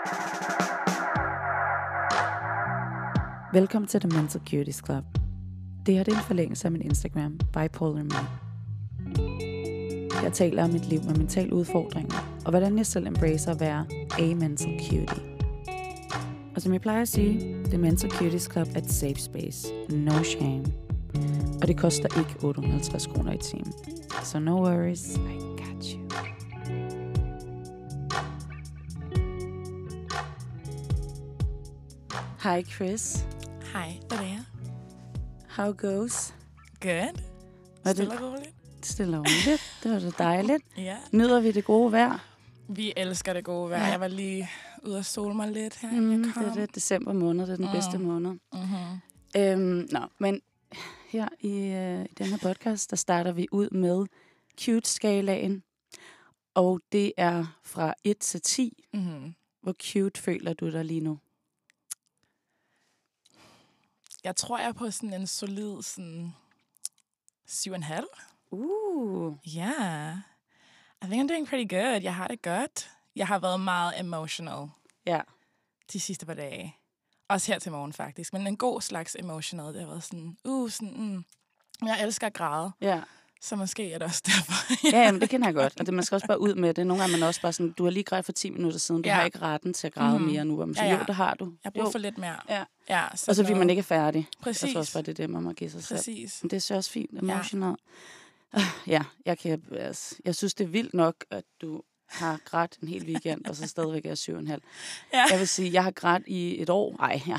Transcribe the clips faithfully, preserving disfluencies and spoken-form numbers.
Velkommen til The Mental Cuties Club. Det her det er en forlængelse af min Instagram, Bipolar Me. Jeg taler om mit liv med mentale udfordringer, og hvordan jeg selv embracer at være a mental cutie. Og som jeg plejer at sige, The Mental Cuties Club er et safe space, no shame. Og det koster ikke otte hundrede og halvtreds kroner i timen. So no worries, I got you. Hi Chris. Hej, hvad er det? How goes? Good. Var Stille det og roligt. stille og roligt? Det var da dejligt. Ja. Nyder vi det gode vejr? Vi elsker det gode vejr. Ja. Jeg var lige ude og sole mig lidt her. Mm, jeg kom. det er det. December måned, det er den Mm. bedste måned. Mm-hmm. Øhm, nå, men her i, øh, i den her podcast, der starter vi ud med cute-skalaen. Og det er fra et til ti. Mm-hmm. Hvor cute føler du dig lige nu? Jeg tror, jeg er på sådan en solid sådan syv og en halv. Uh. Ja. Yeah. I think I'm doing pretty good. Jeg har det godt. Jeg har været meget emotional Ja. de sidste par dage. Også her til morgen, faktisk. Men en god slags emotional. Det har været sådan, uh, sådan, mm. Jeg elsker at græde. Ja. Så måske er det også derfor. Ja, jamen, det kender jeg godt. Og det, man skal også bare ud med det. Nogle gange er man også bare sådan, du har lige grædt for ti minutter siden. Du Ja. har ikke retten til at græde Mhm. mere nu. Og man siger, Ja, ja. jo, det har du. Jeg har brug Jo. for lidt mere. Ja. Ja, så Og så fordi noget- man ikke er færdig. Præcis. Jeg tror også bare, det er det, man må give sig selv. Præcis. Men det er så også fint, emotional. Ja, ja jeg, kan, altså, jeg synes, det er vildt nok, at du har grædt en hel weekend, og så stadigvæk er syv og en halv. Ja. Jeg vil sige, jeg har grædt i et år. Ej, ja.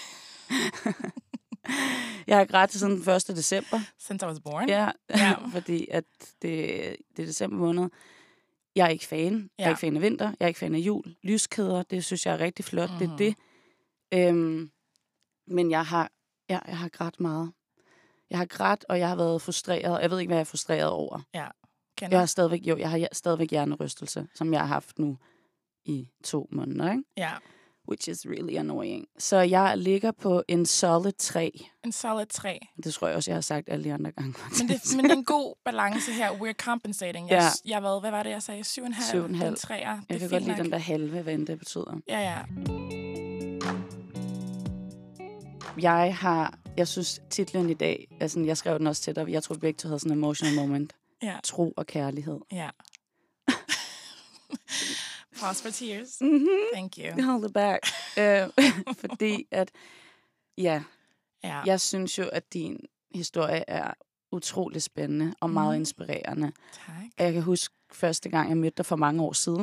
Jeg har grædt til sådan den første december. Since I was born. Ja, Ja. fordi at det, det er december måned. Jeg er ikke fan. Jeg er Ja. ikke fan af vinter. Jeg er ikke fan af jul. Lyskæder, det synes jeg er rigtig flot. Mm-hmm. Mhm. Det er det. Øhm, men jeg har, ja, jeg har grædt meget. Jeg har grædt, og jeg har været frustreret. Jeg ved ikke, hvad jeg er frustreret over. Kender. Jeg har stadigvæk, jo, jeg har stadigvæk hjernerystelse, som jeg har haft nu i to måneder, ikke? Ja. Which is really annoying. Så jeg ligger på en solid tre. En solid tre. Det tror jeg også, jeg har sagt alle de andre gange. Men det, men det er en god balance her. We're compensating. Jeg, Ja. jeg har været, hvad var det, jeg sagde? Syv og en halv? Syv og en halv. Den treer. Det Jeg er kan fint godt lide nok. den der halve, hvad end det betyder. Ja, ja. Jeg har, jeg synes, titlen i dag, altså jeg skrev den også til dig, jeg tror begge to havde sådan en emotional moment. Ja. Tro og kærlighed. Ja. Pause for tears. Mm-hmm. Thank you. Hold it back. uh, fordi at, ja, Ja. jeg synes jo, at din historie er utrolig spændende og meget Mhm. inspirerende. Tak. Jeg kan huske første gang, jeg mødte dig for mange år siden.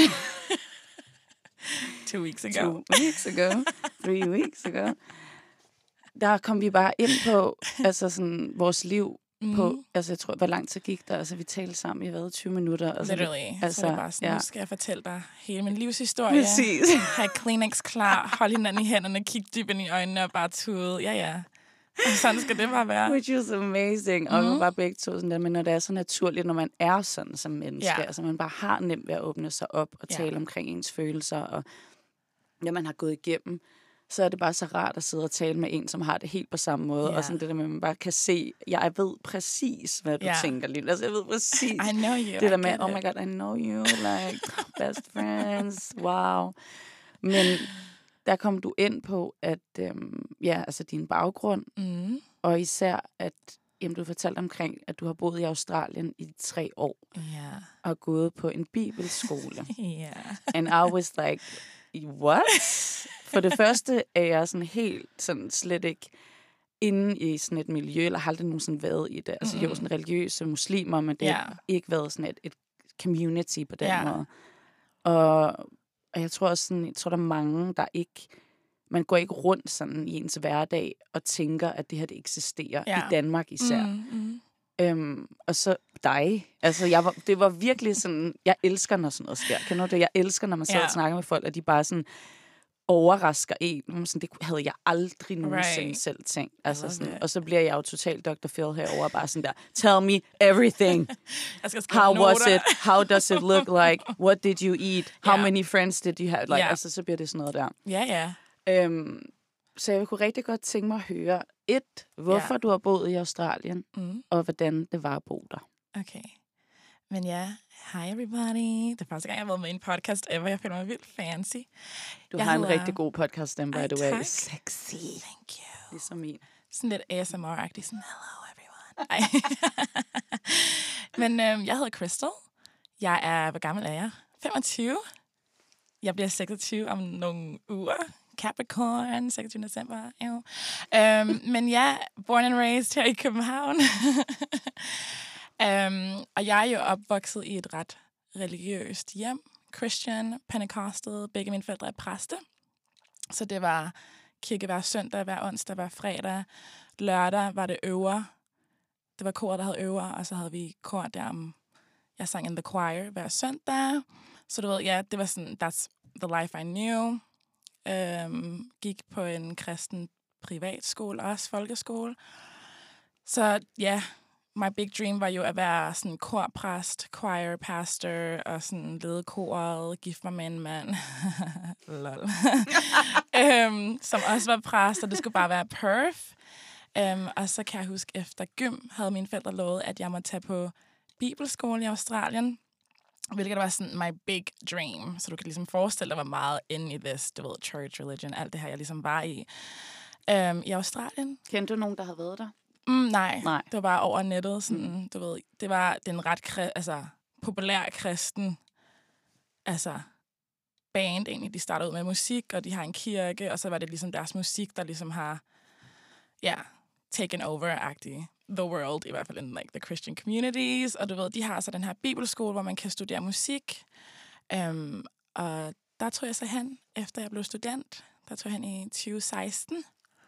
Two weeks ago. Two weeks ago. Three weeks ago. Der kom vi bare ind på altså sådan, vores liv. Mm. På, altså jeg tror, hvor lang tid gik der? Altså vi talte sammen i hvad, tyve minutter? Altså, Literally. altså, så er det bare sådan, ja. nu skal jeg fortælle dig hele min livshistorie. Præcis. Have Kleenex klar, hold hinanden i hænderne, kig dybt ind i øjnene og bare tude. Ja, ja. Og sådan skal det bare være. Which is amazing. Og vi Mhm. var bare begge to sådan der, men når det er så naturligt, når man er sådan som menneske, Ja. altså man bare har nemt ved at åbne sig op og Ja. tale omkring ens følelser, og ja, man har gået igennem, så er det bare så rart at sidde og tale med en, som har det helt på samme måde, Ja. og sådan det der med, at man bare kan se, jeg ved præcis, hvad du Ja. tænker, Lille. Altså jeg ved præcis. I know you. Det der I med, get oh it. my god, I know you, like, best friends, wow. Men der kom du ind på, at øhm, ja, altså din baggrund, Mm. og især, at jamen, du fortalte omkring, at du har boet i Australien i tre år, Ja. og gået på en bibelskole. Ja. And I was like, what? For det første er jeg sådan helt sådan slet ikke inde i sådan et miljø, eller har aldrig nogensinde været i det. Altså jo, sådan religiøse muslimer, men det Ja. har ikke været sådan et, et community på den Ja. måde. Og, og jeg tror også sådan, jeg tror, der er mange, der ikke, man går ikke rundt sådan i ens hverdag og tænker, at det her det eksisterer Ja. i Danmark især. Mm, mm. Øhm, og så dig. Altså, jeg var, det var virkelig sådan, jeg elsker, når sådan noget sker. Kan du det? Jeg elsker, når man sidder Ja. og snakker med folk, og de bare sådan overrasker en. Hvor man Sådan, det havde jeg aldrig nogensinde Right. selv tænkt. Altså, love sådan, it. og så bliver jeg jo totalt doktor Phil herovre, bare sådan der, tell me everything. Jeg skal skrive How was noter. it? How does it look like? What did you eat? How Ja. many friends did you have? Like, Ja. altså, så bliver det sådan noget der. Ja, ja. Øhm, så jeg kunne rigtig godt tænke mig at høre, et, hvorfor Ja. du har boet i Australien, Mm. og hvordan det var at bo der. Okay. Men ja, hi everybody. Det er første gang, jeg har været med i en podcast ever. Jeg føler mig vildt fancy. Du jeg har hedder... en rigtig god podcast stemme, by the way. Tak. Sexy. Thank you. Ligesom min. Sådan lidt A S M R-agtig. Sådan, hello everyone. Ej. Men øhm, jeg hedder Crystal. Jeg er, hvor gammel er jeg? femogtyve. Jeg bliver seksogtyve om nogle uger. Capricorn, seksogtyvende december. Um, men ja, born and raised her i København. um, og jeg er jo opvokset i et ret religiøst hjem. Christian, Pentecostal, begge mine forældre er præste. Så det var kirke hver søndag, hver onsdag, hver fredag. Lørdag var det øver. Det var koret, der havde øver, og så havde vi kor der om... Jeg sang in the choir hver søndag. Så du ved, ja, det var sådan, that's the life I knew. Um, gik på en kristen privatskole, også folkeskole. Så ja, yeah, my big dream var jo at være sådan korpræst, choir pastor, og sådan lede koret, gift mig med en mand. Lol. um, som også var præst, og det skulle bare være perf. Um, og så kan jeg huske, efter gym havde mine forældre lovet, at jeg måtte tage på bibelskole i Australien. Hvilket var sådan my big dream. Så du kan ligesom forestille dig, hvor meget inde i this, du ved, church, religion, alt det her, jeg ligesom var i. Um, I Australien. Kendte du nogen, der havde været der? Mm, nej. nej, det var bare over nettet. Sådan, mm. du ved, det var den ret kri- altså, populær kristen altså, band egentlig. De startede ud med musik, og de har en kirke, og så var det ligesom deres musik, der ligesom har, ja, yeah, taken over-agtigt. The world, i hvert fald in like the Christian communities, og du ved, de har så den her bibelskole, hvor man kan studere musik, um, og der tog jeg så hen, efter jeg blev student, der tog jeg hen i tyve seksten,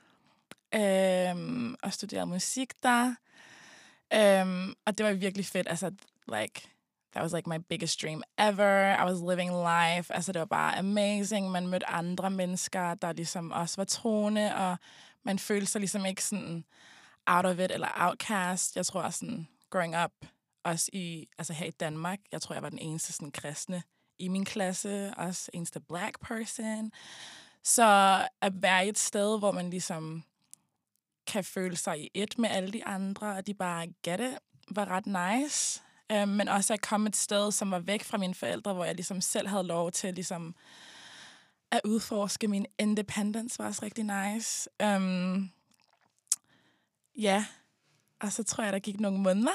um, og studerede musik der, um, og det var virkelig fedt, altså, like, that was like my biggest dream ever, I was living life, altså det var bare amazing, man mødte andre mennesker, der ligesom også var troende, og man følte sig ligesom ikke sådan, out of it, eller outcast. Jeg tror sådan, growing up, også i, altså her i Danmark, jeg tror, jeg var den eneste sådan kristne i min klasse, også eneste black person. Så at være i et sted, hvor man ligesom kan føle sig i et med alle de andre, og de bare get it, var ret nice. Um, men også at komme et sted, som var væk fra mine forældre, hvor jeg ligesom selv havde lov til ligesom at udforske min independence, var også rigtig nice. Um, Ja, og så tror jeg, der gik nogle måneder.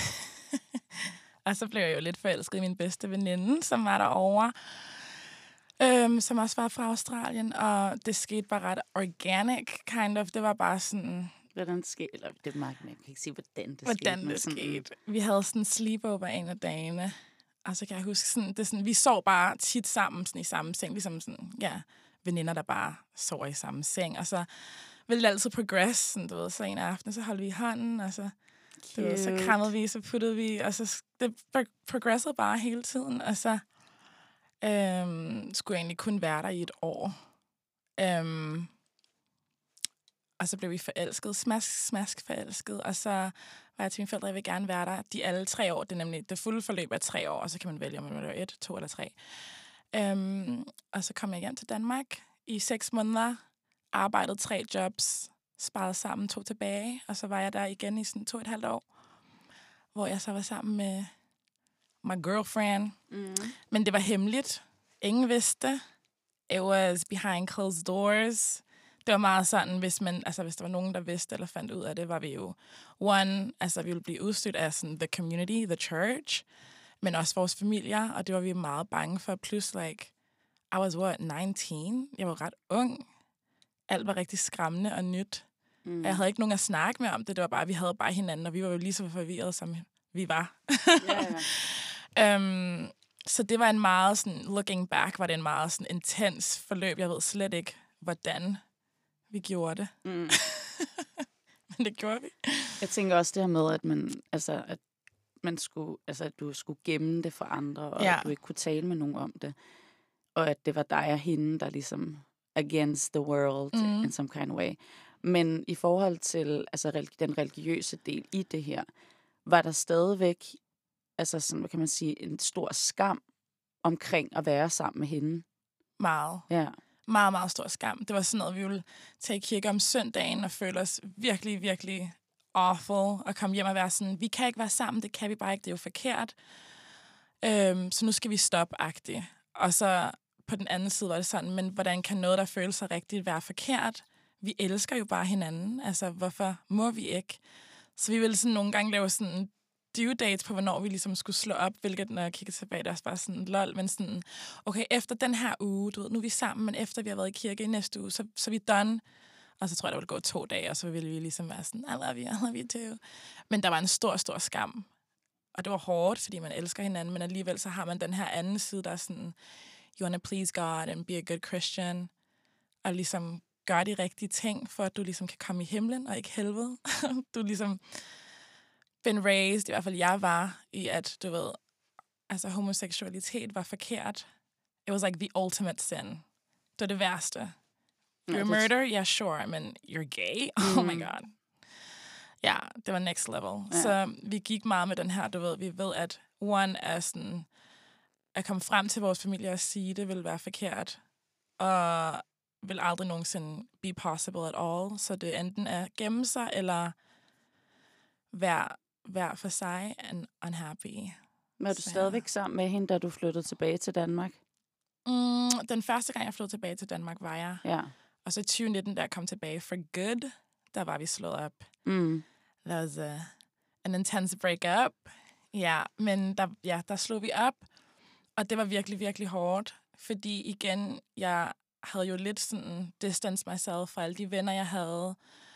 Og så blev jeg jo lidt forelsket i min bedste veninde, som var derovre, øhm, som også var fra Australien, og det skete bare ret organic, kind of. Det var bare sådan... Hvordan skete eller det? Jeg kan ikke sige, hvordan det hvordan skete. det skete. Vi havde sådan en sleepover en af dagene, og så kan jeg huske, sådan, det sådan, vi sov bare tit sammen sådan, i samme seng, ligesom sådan, ja, veninder, der bare sover i samme seng, og så ville det altid progress, sådan, du ved, så en aften, så holdt vi i hånden, og så, du ved, så krammede vi, så puttede vi, og så det progressede bare hele tiden, og så øhm, skulle jeg egentlig kun være der i et år. Øhm, og så blev vi forelsket, smask, smask forelsket, og så var jeg til mine forældre, jeg vil gerne være der. De alle tre år, det er nemlig det fulde forløb af tre år, og så kan man vælge, om man vil være et, to eller tre. Øhm, og så kom jeg hjem til Danmark i seks måneder, arbejdede tre jobs, sparede sammen, tog tilbage, og så var jeg der igen i sådan to og et halvt år, hvor jeg så var sammen med my girlfriend. Mm. Men det var hemmeligt. Ingen vidste. It was behind closed doors. Det var meget sådan, hvis man, altså hvis der var nogen, der vidste eller fandt ud af det, var vi jo one, altså vi ville blive udstødt af sådan the community, the church, men også vores familier, og det var vi meget bange for. Plus, like, I was what, nineteen? Jeg var ret ung. Alt var rigtig skræmmende og nyt. Mm. Jeg havde ikke nogen at snakke med om det. Det var bare, vi havde bare hinanden, og vi var jo lige så forvirrede, som vi var. Yeah. um, så det var en meget sådan, looking back, var det en meget sådan intens forløb. Jeg ved slet ikke, hvordan vi gjorde det. Mm. Men det gjorde vi. Jeg tænker også det her med, at man, altså, at man skulle, altså, at du skulle gemme det for andre, og ja. At du ikke kunne tale med nogen om det. Og at det var dig og hende, der ligesom against the world mm. in some kind of way. Men i forhold til altså, den religiøse del i det her, var der stadigvæk, altså sådan, hvad kan man sige, en stor skam omkring at være sammen med hende? Meget. Ja. Meget, meget stor skam. Det var sådan noget, vi ville tage i kirke om søndagen og føle os virkelig, virkelig awful at komme hjem og være sådan, vi kan ikke være sammen, det kan vi bare ikke, det er jo forkert. Øhm, så nu skal vi stoppe-agtigt. Og så på den anden side var det sådan, men hvordan kan noget, der føles sig rigtigt, være forkert? Vi elsker jo bare hinanden. Altså, hvorfor må vi ikke? Så vi ville sådan nogle gange lave sådan due dates på, hvornår vi ligesom skulle slå op, hvilket, når jeg kigger tilbage, der også bare sådan, lol, men sådan, okay, efter den her uge, du ved, nu er vi sammen, men efter vi har været i kirke i næste uge, så, så er vi done. Og så tror jeg, der ville gå to dage, og så ville vi ligesom være sådan, I love you, I love you too. Men der var en stor, stor skam. Og det var hårdt, fordi man elsker hinanden, men alligevel så har man den her anden side, der er sådan, you wanna please God and be a good Christian, og ligesom gøre de rigtige ting, for at du ligesom kan komme i himlen, og ikke helvede. Du ligesom been raised, i hvert fald jeg var, i at, du ved, altså homoseksualitet var forkert. It was like the ultimate sin. Det var det værste. You're a murder? Yeah, sure, men you're gay? Mm. Oh my god. Ja, det var next level. Ja. Så vi gik meget med den her, du ved, vi ved, at one er sådan, at komme frem til vores familie og sige, det vil være forkert, og vil aldrig nogensinde be possible at all. Så det enten er gemme sig, eller være hver for sig and unhappy. Var du så stadigvæk sammen med hende, da du flyttede tilbage til Danmark? Mm, den første gang, jeg flyttede tilbage til Danmark, var jeg. Ja. Og så i tyve nitten, da jeg kom tilbage for good, der var vi slået op. Mm. That was a, an intense breakup. Ja, men der, ja, der slog vi op. Og det var virkelig, virkelig hårdt. Fordi igen, jeg havde jo lidt sådan distance myself fra alle de venner, jeg havde.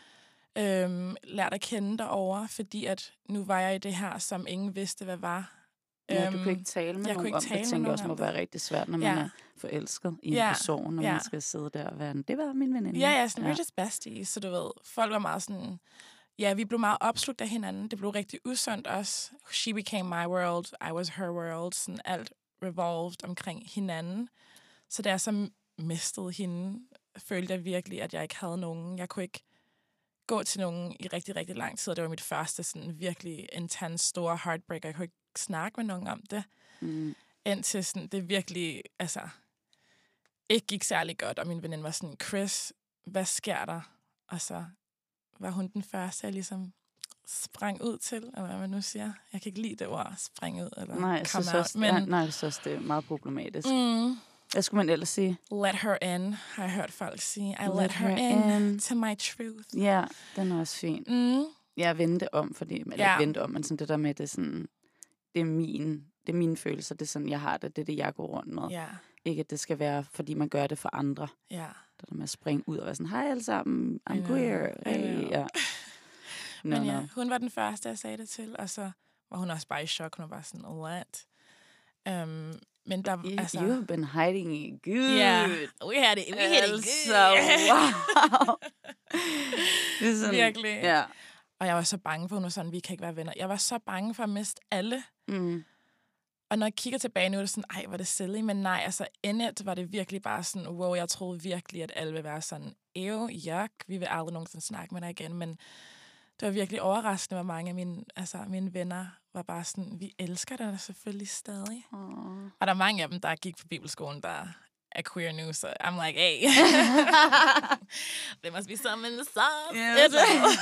Øhm, lært at kende derovre, fordi at nu var jeg i det her, som ingen vidste, hvad var. Ja, du kunne ikke tale med jeg nogen om det. Jeg tænker også, må være rigtig svært, når man ja. er forelsket i en ja. person, og ja. man skal sidde der og være, det var min veninde. Ja, ja, sådan, ja. we're just besties, så du ved, folk var meget sådan, ja, vi blev meget opslugt af hinanden, det blev rigtig usundt også. She became my world, I was her world, sådan alt revolved omkring hinanden. Så da jeg så mistede hende, følte jeg virkelig, at jeg ikke havde nogen. Jeg kunne ikke gå til nogen i rigtig, rigtig lang tid, og det var mit første sådan virkelig intense, store heartbreak, og jeg kunne ikke snakke med nogen om det. Mm. Indtil sådan, det virkelig, altså, ikke gik særlig godt, og min veninde var sådan, Chris, hvad sker der? Og så var hun den første, jeg ligesom sprang ud til, eller hvad man nu siger. Jeg kan ikke lide det ord, spring ud, eller nej, jeg come synes out. Også, men, nej, nej, jeg synes også, det er meget problematisk. Mm, hvad skulle man ellers sige? Let her in, har jeg hørt folk sige. I let, let her, her in, in to my truth. Ja, den er også fin. Mm. Jeg vendte om, fordi, eller ja. ikke vendte om, men sådan det der med, det sådan, det er min, det er mine følelser, det er sådan, jeg har det, det er det, jeg går rundt med. Ja. Ikke, at det skal være, fordi man gør det for andre. Ja. Det der med at springe ud og være sådan, hej alle sammen, I'm queer. Hey, ja. No, men ja, no. hun var den første, jeg sagde det til, og så var hun også bare i chok. Hun var bare sådan, what? Um, men der, you, altså, you have been hiding it good. Yeah, we had it, we had it good. Så, wow. Det er sådan, virkelig. Ja. Og jeg var så bange for, hun var sådan, vi kan ikke være venner. Jeg var så bange for at miste alle. Mm. Og når jeg kigger tilbage nu, er det sådan, ej, var det silly? Men nej, altså, indet var det virkelig bare sådan, wow, jeg troede virkelig, at alle ville være sådan, ew, yuck, vi vil aldrig nogensinde snakke med dig igen. Men det var virkelig overraskende, hvor mange af mine, altså, mine venner var bare sådan, vi elsker dig selvfølgelig stadig. Aww. Og der er mange af dem, der gik på bibelskolen, der er queer nu, så I'm like, hey. There must be some in the sauce. Yeah,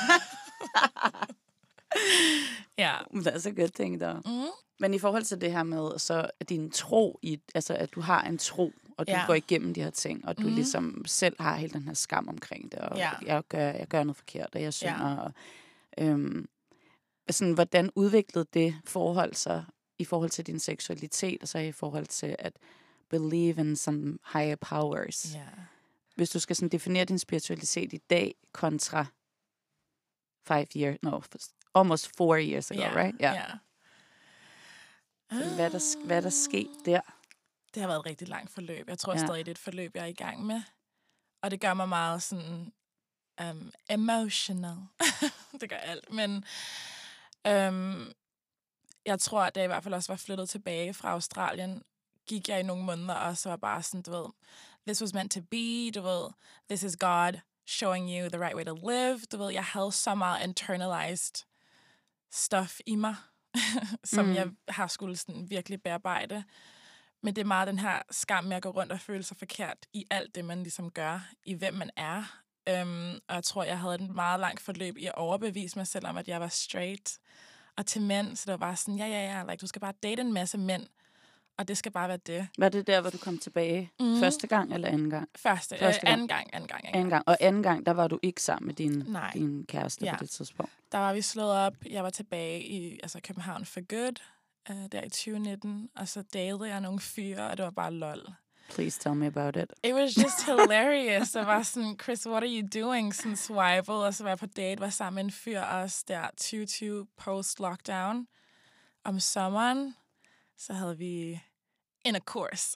ja. That's a good thing, though. Mm. Men i forhold til det her med, så din tro, i, altså at du har en tro, og du yeah. går igennem de her ting, og du mm. ligesom selv har hele den her skam omkring det, og yeah. jeg, gør, jeg gør noget forkert, og jeg synger, yeah. og øhm, sådan, hvordan udviklede det forhold sig i forhold til din seksualitet, og så i forhold til at believe in some higher powers? Yeah. Hvis du skal sådan definere din spiritualitet i dag kontra five years, no, almost four years ago, yeah. right? Yeah. yeah. Så hvad der, hvad der sket der? Det har været et rigtig langt forløb. Jeg tror ja. stadig, det er et forløb, jeg er i gang med. Og det gør mig meget sådan um, emotional. Det gør alt. Men um, jeg tror, at da jeg i hvert fald også var flyttet tilbage fra Australien, gik jeg i nogle måneder, og så var bare sådan, du ved, this was meant to be, du ved, this is God showing you the right way to live. Du ved, jeg havde så meget internalized stuff i mig, som mm. jeg har skulle sådan virkelig bearbejde. Men det er meget den her skam med at gå rundt og føle sig forkert i alt det, man ligesom gør, i hvem man er. Øhm, og jeg tror, jeg havde et meget langt forløb i at overbevise mig selv om, at jeg var straight. Og til mænd, så det var bare sådan, ja, ja, ja, like, du skal bare date en masse mænd. Og det skal bare være det. Var det der, hvor du kom tilbage mm. første gang eller anden gang? Første, Første gang. Øh, anden gang. Anden gang, anden gang. Og anden gang, der var du ikke sammen med din, Nej. din kæreste ja. på det tidspunkt? Der var vi slået op. Jeg var tilbage i altså København for good, uh, der i tyve nitten. Og så datede jeg nogle fyre, og det var bare lol. Please tell me about it. It was just hilarious. Der var sådan, Chris, what are you doing? Sådan swiped, og så var jeg på date, var sammen med en fyr også der tyve tyve post-lockdown. Om sommeren, så havde vi intercourse.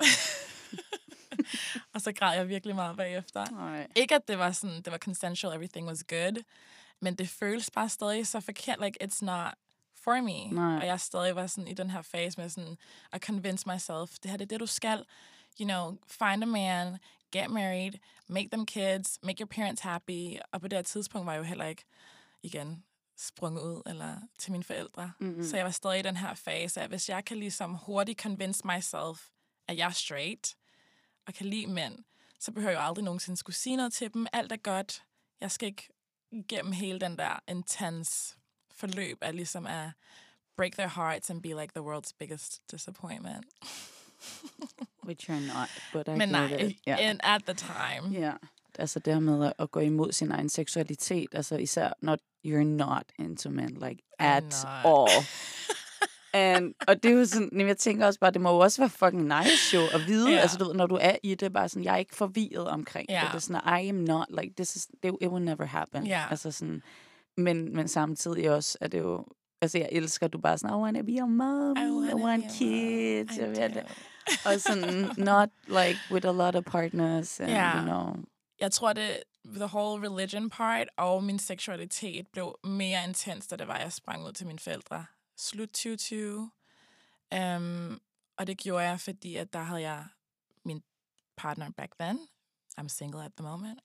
Og så græd jeg virkelig meget bagefter. Nej. Ikke at det var sådan, det var consensual, everything was good, men det føles bare stadig så forkert, like it's not for me. Nej. Og jeg stadig var sådan i den her fase med sådan, at convince myself, det her det er det, du skal. You know, find a man, get married, make them kids, make your parents happy. Og på det her tidspunkt var jeg jo heller ikke, igen, sprunget ud eller til mine forældre. Mm-hmm. Så jeg var stadig i den her fase, at hvis jeg kan ligesom hurtigt convince myself, at jeg er straight, og kan lide mænd, så behøver jeg jo aldrig nogensinde skulle sige noget til dem. Alt er godt. Jeg skal ikke igennem hele den der intense forløb af ligesom at break their hearts and be like the world's biggest disappointment. Which you're not, but I Men nej, get it. Yeah. in, at the time. Ja, yeah. Altså det her med at gå imod sin egen seksualitet, altså især når you're not into men, like at all. And, og det er jo sådan, jeg tænker også bare, det må jo også være fucking nice jo, at vide, yeah. altså du ved, når du er i det, bare sådan, jeg er ikke forvirret omkring yeah. det. Det er sådan, I am not, like, this is, it, it will never happen. Yeah. Altså sådan, men, men samtidig også, er det jo, altså jeg elsker, du bare sådan, I want to be your mom, I, I want kids, jeg ved det. Og sådan, not like with a lot of partners, and yeah. you know. Jeg tror, det the whole religion part og min seksualitet blev mere intens, da det var, jeg sprang ud til mine forældre. Slut tyve tyve. Um, og det gjorde jeg, fordi at der havde jeg min partner back then. I'm single at the moment.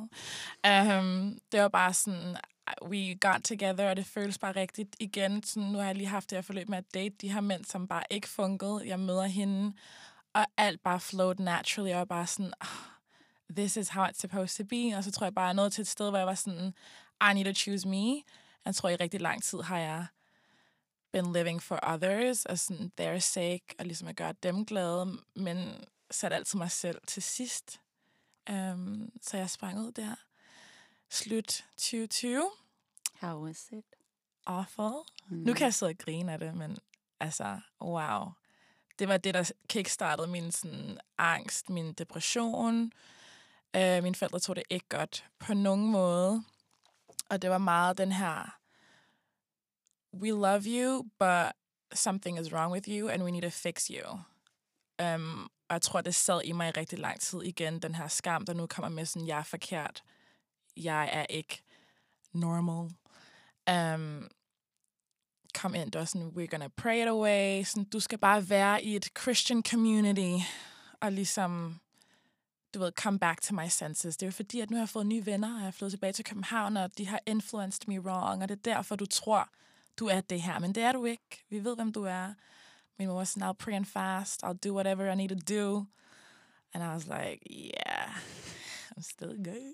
Um, det var bare sådan, we got together, og det føles bare rigtigt igen. Sådan, nu har jeg lige haft det her forløb med at date de her mænd, som bare ikke funkede. Jeg møder hende, og alt bare flowed naturally, og bare sådan, oh, this is how it's supposed to be. Og så tror jeg bare, jeg nåede til et sted, hvor jeg var sådan, I need to choose me. Jeg tror, i rigtig lang tid har jeg been living for others, og sådan their sake, og ligesom at gøre dem glade, men satte altid mig selv til sidst. Um, så jeg sprang ud der. Slut tyve tyve. How was it? Awful. Mm. Nu kan jeg sidde og grine af det, men altså, wow. Det var det, der kickstartede min sådan, angst, min depression. Uh, mine forældre tog det ikke godt på nogen måde. Og det var meget den her, we love you, but something is wrong with you, and we need to fix you. Um, og jeg tror, det sad i mig i rigtig lang tid igen, den her skam, der nu kommer med sådan, jeg er forkert. Jeg er ikke normal. Um, kom ind, og sådan, we're gonna pray it away. Sådan, du skal bare være i et Christian community, og ligesom, du ved, come back to my senses. Det er jo fordi, at nu har jeg fået nye venner, og jeg har flyttet tilbage til København, og de har influenced me wrong, og det er derfor, du tror, du er det her. Men det er du ikke. Vi ved, hvem du er. Min mor var sådan, I'll pray and fast. I'll do whatever I need to do. And I was like, yeah, I'm still good.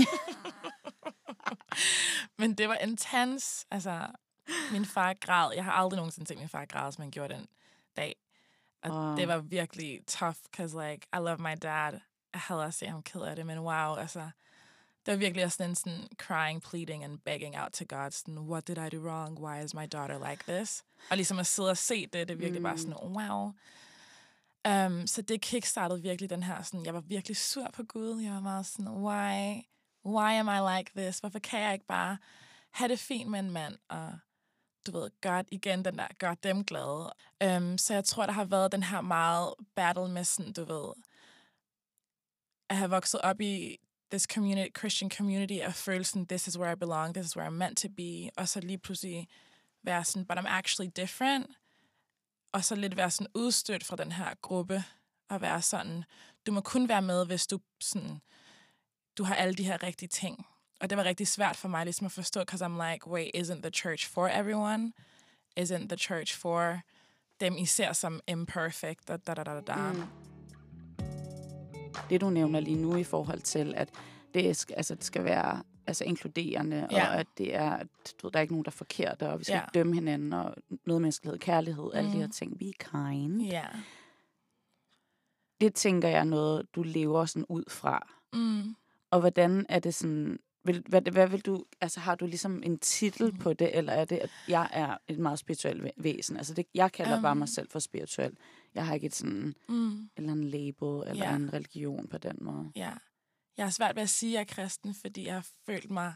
Men det var intens. Altså, min far græd. Jeg har aldrig nogensinde set min far græde, som han gjorde den dag. Og oh. det var virkelig tough, because like, I love my dad. Jeg havde at se ham ked af det, men wow, altså, det var virkelig også sådan, sådan crying, pleading and begging out to God. Sådan, what did I do wrong? Why is my daughter like this? Og ligesom at sidde og se det, det er virkelig mm. bare sådan, wow. Um, så det kickstartede virkelig den her, sådan, jeg var virkelig sur på Gud. Jeg var meget sådan, why? Why am I like this? Hvorfor kan jeg ikke bare have det fint med en mand? Og du ved, gør igen den der, gør dem glade. Um, så jeg tror, der har været den her meget battle med sådan, du ved, at have vokset op i this community, Christian community, og følelsen, this is where I belong, this is where I'm meant to be, og så lige pludselig være sådan, but I'm actually different, og så lidt være sådan udstødt fra den her gruppe, og være sådan, du må kun være med, hvis du sådan, du har alle de her rigtige ting. Og det var rigtig svært for mig ligesom at forstå, because I'm like, wait, isn't the church for everyone? Isn't the church for dem især som imperfect? Da, da, da, da, da. Mm. Det, du nævner lige nu i forhold til, at det skal, altså, det skal være altså, inkluderende, Ja. og at det er, at du ved, der er ikke nogen, der er forkert, og vi skal Ja. ikke dømme hinanden, og medmenneskelighed, kærlighed, mm. alle de her Mm. ting. Be kind. Ja. Det tænker jeg er noget, du lever sådan ud fra. Mm. Og hvordan er det sådan... Vil, hvad, hvad vil du... Altså, har du ligesom en titel Mm. på det, eller er det, at jeg er et meget spirituelt væ- væsen? Altså, det, jeg kalder um. bare mig selv for spirituel. Jeg har ikke et sådan... Mm. Eller en label, eller Ja. en religion på den måde. Ja. Jeg har svært ved at sige, at jeg er kristen, fordi jeg har følt mig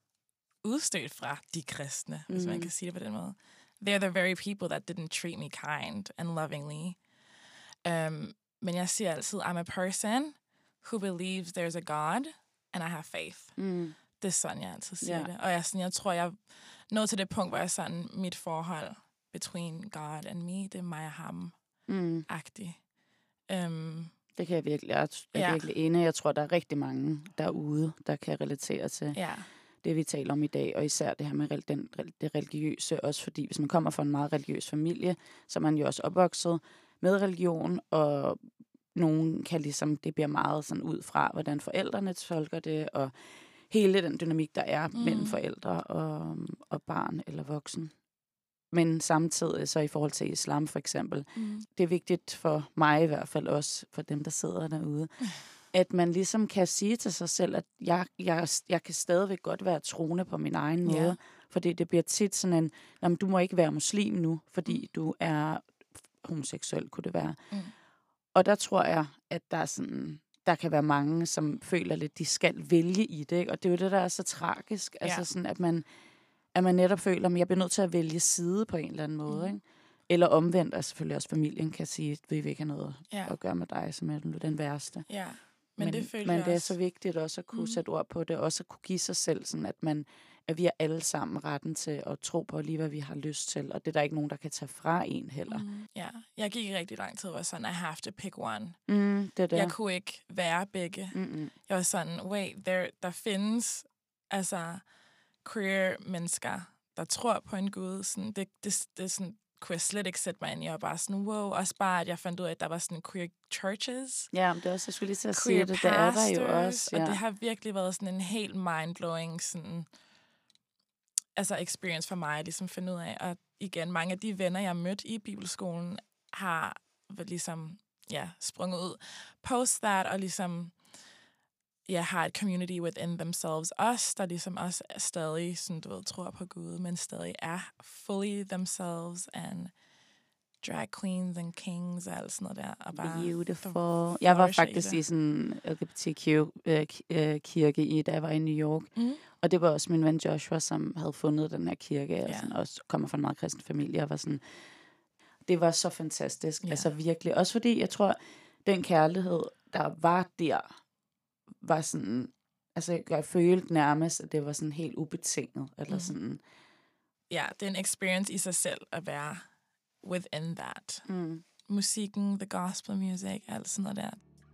udstødt fra de kristne, mm. hvis man Mm. kan sige det på den måde. They're the very people that didn't treat me kind and lovingly. Um, men jeg siger altid, I'm a person who believes there's a God, and I have faith. Mm. Det er sådan, jeg altid siger Ja. det. Og jeg, sådan, jeg tror, jeg er nået til det punkt, hvor jeg sådan, mit forhold between God and me, det er mig og ham. Mm. Agtig. Um, Det kan jeg virkelig. Jeg er Ja. virkelig enig. Jeg tror, der er rigtig mange derude, der kan relatere til ja. det, vi taler om i dag, og især det her med rel- den, rel- det religiøse, også fordi hvis man kommer fra en meget religiøs familie, så er man jo også opvokset med religion, og nogen kan ligesom, det bliver meget sådan ud fra, hvordan forældrene tolker det, og hele den dynamik, der er mm. mellem forældre og, og barn eller voksen. Men samtidig så i forhold til islam for eksempel, Mm. det er vigtigt for mig i hvert fald også, for dem, der sidder derude, at man ligesom kan sige til sig selv, at jeg, jeg, jeg kan stadigvæk godt være troende på min egen måde. Ja. Fordi det bliver tit sådan en, jamen, du må ikke være muslim nu, fordi du er homoseksuel, kunne det være. Mm. Og der tror jeg, at der er sådan, der kan være mange, som føler lidt, de skal vælge i det. Ikke? Og det er jo det, der er så tragisk. Ja. Altså sådan, at man, at man netop føler, at jeg bliver nødt til at vælge side på en eller anden måde. Mm. Ikke? Eller omvendt, og selvfølgelig også familien kan sige, at vi vil ikke have noget Ja. at gøre med dig, som er den værste. Ja. Men, men det føler men jeg det er også. så vigtigt også at kunne Mm. sætte ord på det, også at kunne give sig selv sådan, at man at vi er alle sammen retten til at tro på lige, hvad vi har lyst til, og det er der ikke nogen, der kan tage fra en heller. Mm. Ja. Jeg gik i rigtig lang tid, hvor jeg sådan, I have to pick one. Mm, det er det. Jeg kunne ikke være begge. Mm-mm. Jeg var sådan, wait, there, der findes altså queer mennesker, der tror på en gud. Sådan, det, det, det sådan, kunne jeg slet ikke sætte mig ind i. Jeg var bare sådan, wow. Også bare, at jeg fandt ud af, at der var sådan queer churches. Ja, men det er også, jeg skulle lige til at Queer sige det, der er der jo pastors, også. Ja. Og det har virkelig været sådan en helt mindblowing sådan, altså experience for mig, at ligesom finde ud af. Og igen, mange af de venner, jeg mødte i bibelskolen, har ligesom, ja, sprunget ud post that, og ligesom, ja, har et community within themselves. Os, der ligesom også er stadig, sådan, du ved, tror på Gud, men stadig er fully themselves, and drag queens and kings og alt sådan noget der. Og bare Beautiful. Jeg var flourisher i faktisk det. i sådan en L G B T Q-kirke, i, da jeg var i New York. Mm. Og det var også min ven Joshua, som havde fundet den her kirke, Ja. og sådan, også kommer fra en meget kristen familie, og var sådan, det var så fantastisk. Ja. Altså virkelig. Også fordi, jeg tror, den kærlighed, der var der, var sådan, altså jeg følte nærmest, at det var sådan helt ubetinget, eller Mhm. sådan. Ja, det er en experience i sig selv at være within that. Mm. Musikken, the gospel music, alt sådan noget der.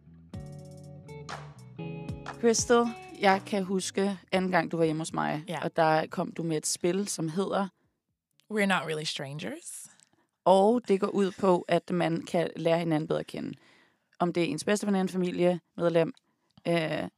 Crystal, jeg kan huske anden gang, du var hjemme hos mig, Ja. og der kom du med et spil, som hedder, We're not really strangers. og det går ud på, at man kan lære hinanden bedre at kende. Om det er ens bedste veninde, familie, medlem, øh,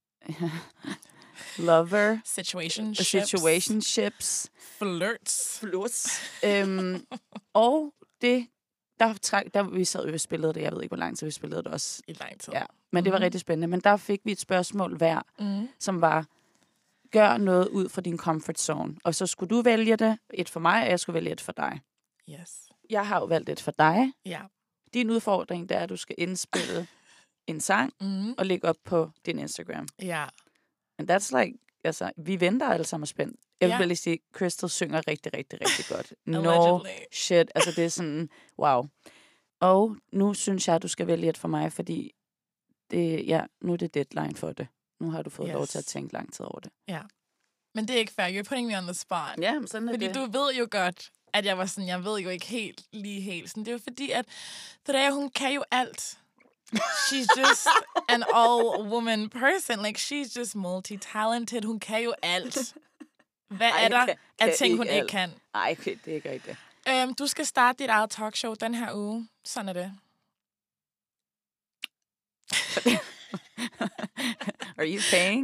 lover, Situationships. situationships, Flirts. flirts. øhm, og det, der, træk, der vi sad jo og spillede det, jeg ved ikke, hvor lang tid vi spillede det også. I lang tid. Ja, men det var Mhm. rigtig spændende. Men der fik vi et spørgsmål hver, Mm. som var, gør noget ud fra din comfort zone. Og så skulle du vælge det, et for mig, og jeg skulle vælge et for dig. Yes. Jeg har jo valgt et for dig. Ja. Din udfordring, det er, at du skal indspille en sang Mm. og lægge op på din Instagram. Ja. And that's like, altså, vi venter alle sammen spændt. Jeg vil Ja. yeah. lige sige, Crystal synger rigtig, rigtig, rigtig godt. No Allegedly. shit. Altså, det er sådan, wow. Og nu synes jeg, at du skal vælge et for mig, fordi det, ja, nu er det deadline for det. Nu har du fået yes. lov Yes. til at tænke lang tid over det. Men det er ikke fair. You're putting me on the spot. Ja, men sådan er Fordi det. du ved jo godt, at jeg var sådan, jeg ved jo ikke helt, lige helt. Sådan, det er jo fordi, at Freja, hun kan jo alt. She's just an all-woman person. Like, she's just multi-talented. Hun kan jo alt. Hvad Ej, er der kan- af kan ting, hun ikke ikke alt. kan? Ej, okay, det er ikke rigtigt. Øhm, du skal starte dit eget talkshow den her uge. Sådan er det. Are you paying?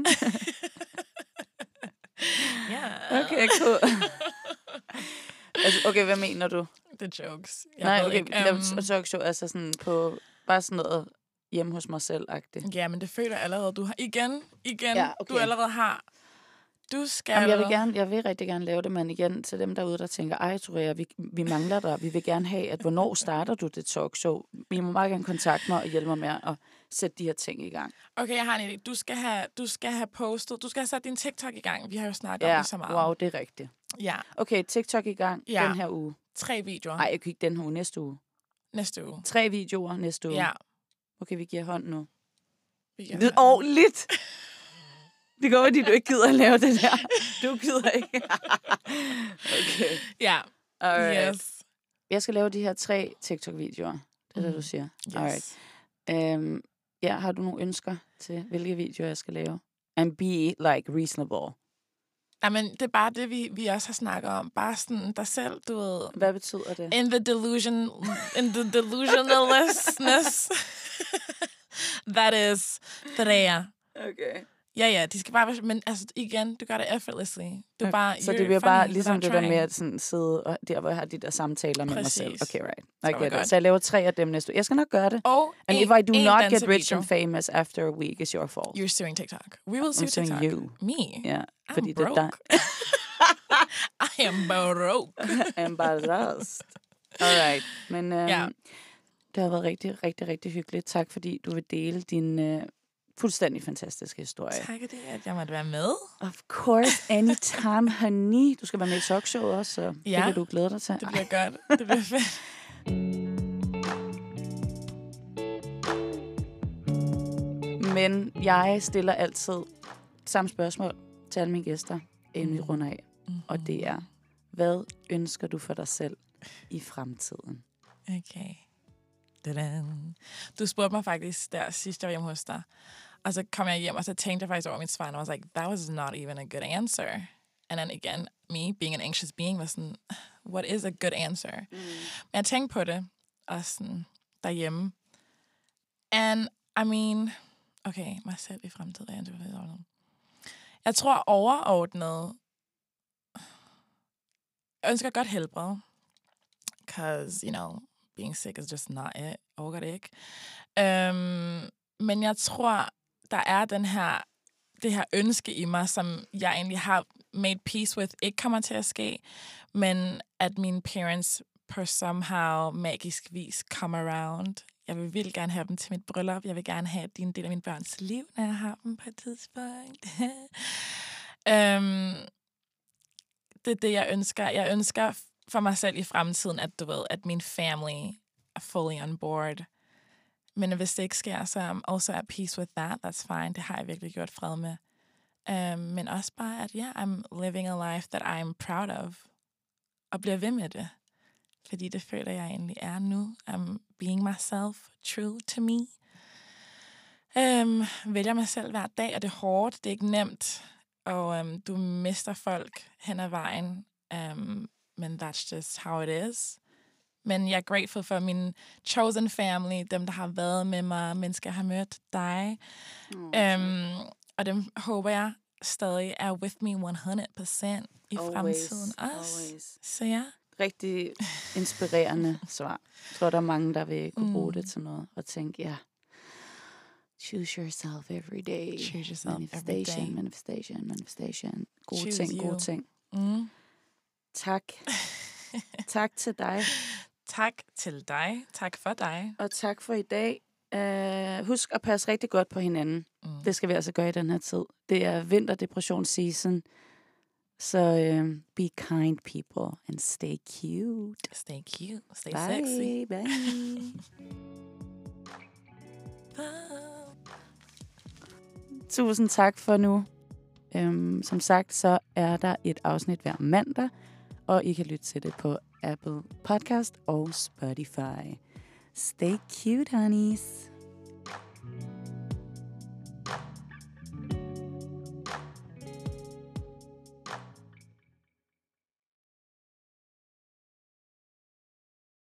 Yeah. Okay, cool. altså, okay, hvad mener du? The jokes. Jeg Nej, ved okay, ikke, lave um, talkshow, altså sådan på, bare sådan noget hjemme hos mig selv-agtigt. Ja, men det føler jeg allerede, du har, igen, igen, Ja, okay. du allerede har, du skal... Jamen, jeg vil gerne, jeg vil rigtig gerne lave det, men igen, til dem derude, der tænker, ej, Torea, vi, vi mangler dig, vi vil gerne have, at hvornår starter du det talkshow? Vi må meget gerne kontakte mig og hjælpe mig med at sætte de her ting i gang. Okay, jeg har en idé. Du skal have, du skal have postet, du skal have sat din TikTok i gang. Vi har jo snakket Ja, om det så meget. wow, det er rigtigt. Ja. Okay, TikTok i gang Ja. den her uge. Tre videoer. Nej, jeg kan ikke den her uge, næste uge. Næste uge. Tre videoer næste uge. Ja. Okay, vi giver hånd nu. Vi kan Ved ordentligt! Det går, fordi du ikke gider at lave det der. Du gider ikke. Okay. Ja. Alright. Yes. Jeg skal lave de her tre TikTok-videoer. Det er det, Mm. du siger. Yes. Alright. Um, ja, har du nogle ønsker til, hvilke videoer jeg skal lave? And be, like, reasonable. Jamen, det er bare det, vi, vi også har snakket om. Bare sådan dig selv, du ved. Hvad betyder det? In the delusion, in the delusionalness that is Freya. Okay. Ja, ja, de skal bare være, men altså igen, du gør det effortlessly. Du okay. bare, Så det bliver bare ligesom det der med at sådan sidde og der, hvor jeg har de der samtaler med Præcis. mig selv. Okay, right. Så I var get godt. it. Så jeg laver tre af dem næste uge. Jeg skal nok gøre det. Og And en, if I do en not get dansevideo. rich and famous after a week, it's your fault. You're suing TikTok. We will sue I'm suing TikTok. you. Me? Ja, I'm fordi broke. det er I am broke. embarrassed. Alright. Men øhm, Ja. det har været rigtig, rigtig, rigtig hyggeligt. Tak, fordi du vil dele din øh, fuldstændig fantastiske historie. Tak for det, at jeg måtte være med. Of course, anytime, honey. Du skal være med i talkshow også, så Ja. det kan du glæde dig til. Det bliver godt. Det bliver fedt. Men jeg stiller altid samme spørgsmål til alle mine gæster, inden vi runder af. Mm-hmm. Og det er, hvad ønsker du for dig selv i fremtiden? Okay. Da-dan. Du spurgte mig faktisk der sidst, jeg var hjemme hos dig. Og så kom jeg hjem, og så tænkte jeg faktisk over mit svar, og I was like, that was not even a good answer. And then again, me being an anxious being, var sådan, what is a good answer? Mm. Men jeg tænkte på det, og sådan derhjemme. And, I mean, okay, mig selv i fremtiden. Jeg tror overordnet, jeg ønsker godt helbred. Because, you know, being sick is just not it. Overgår det ikke. Um, men jeg tror, der er den her, det her ønske i mig, som jeg egentlig har made peace with, ikke kommer til at ske, men at mine parents på somehow magisk vis come around. Jeg vil vildt gerne have dem til mit bryllup. Jeg vil gerne have, at de er en del af min børns liv, når jeg har dem på et tidspunkt. um, det er det, jeg ønsker. Jeg ønsker for mig selv i fremtiden, at du ved, at min family er fully on board. Men hvis det ikke sker, så I'm also at peace with that. That's fine. Det har jeg virkelig gjort fred med. Um, men også bare, at yeah, I'm living a life that I'm proud of. Og bliver ved med det. Fordi det føler jeg egentlig er nu. I'm being myself, true to me. Um, vælger mig selv hver dag, og det er hårdt. Det er ikke nemt. Og um, du mister folk hen ad vejen. Um, men that's just how it is. Men jeg er grateful for min chosen family, dem, der har været med mig, mennesker, jeg har mødt dig. Mm. Um, og dem håber jeg stadig er with me hundrede procent i Always, fremtiden også. always. Så ja. Rigtig inspirerende svar. Jeg tror, der er mange, der vil kunne bruge mm. det til noget. Og tænke, ja, choose yourself every day. Choose yourself manifestation, every day. manifestation, manifestation. Gode Choose ting, you. gode ting. Mm. Tak. Tak til dig. Tak til dig. Tak for dig. Og tak for i dag. Uh, husk at passe rigtig godt på hinanden. Mm. Det skal vi altså gøre i den her tid. Det er vinterdepression-season. Så uh, be kind, people, and stay cute. Stay cute. Stay bye, sexy. Bye, bye. Tusind tak for nu. Um, som sagt, så er der et afsnit hver mandag, og I kan lytte til det på Apple Podcast og Spotify. Stay cute, honeys.